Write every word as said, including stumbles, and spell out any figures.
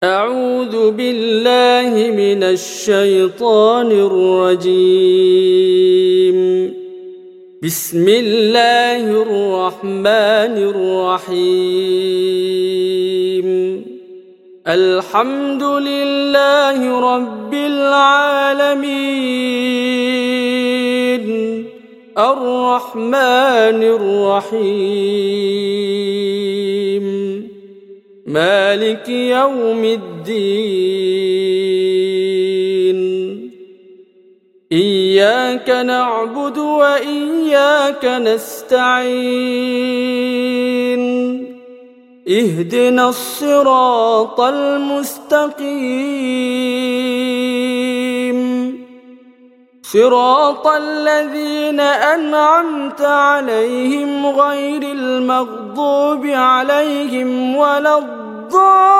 أعوذ بالله من الشيطان الرجيم. بسم الله الرحمن الرحيم. الحمد لله رب العالمين الرحمن الرحيم مالك يوم الدين. إياك نعبد وإياك نستعين. اهدنا الصراط المستقيم صراط الذين أنعمت عليهم غير المغضوب عليهم ولا الضالين.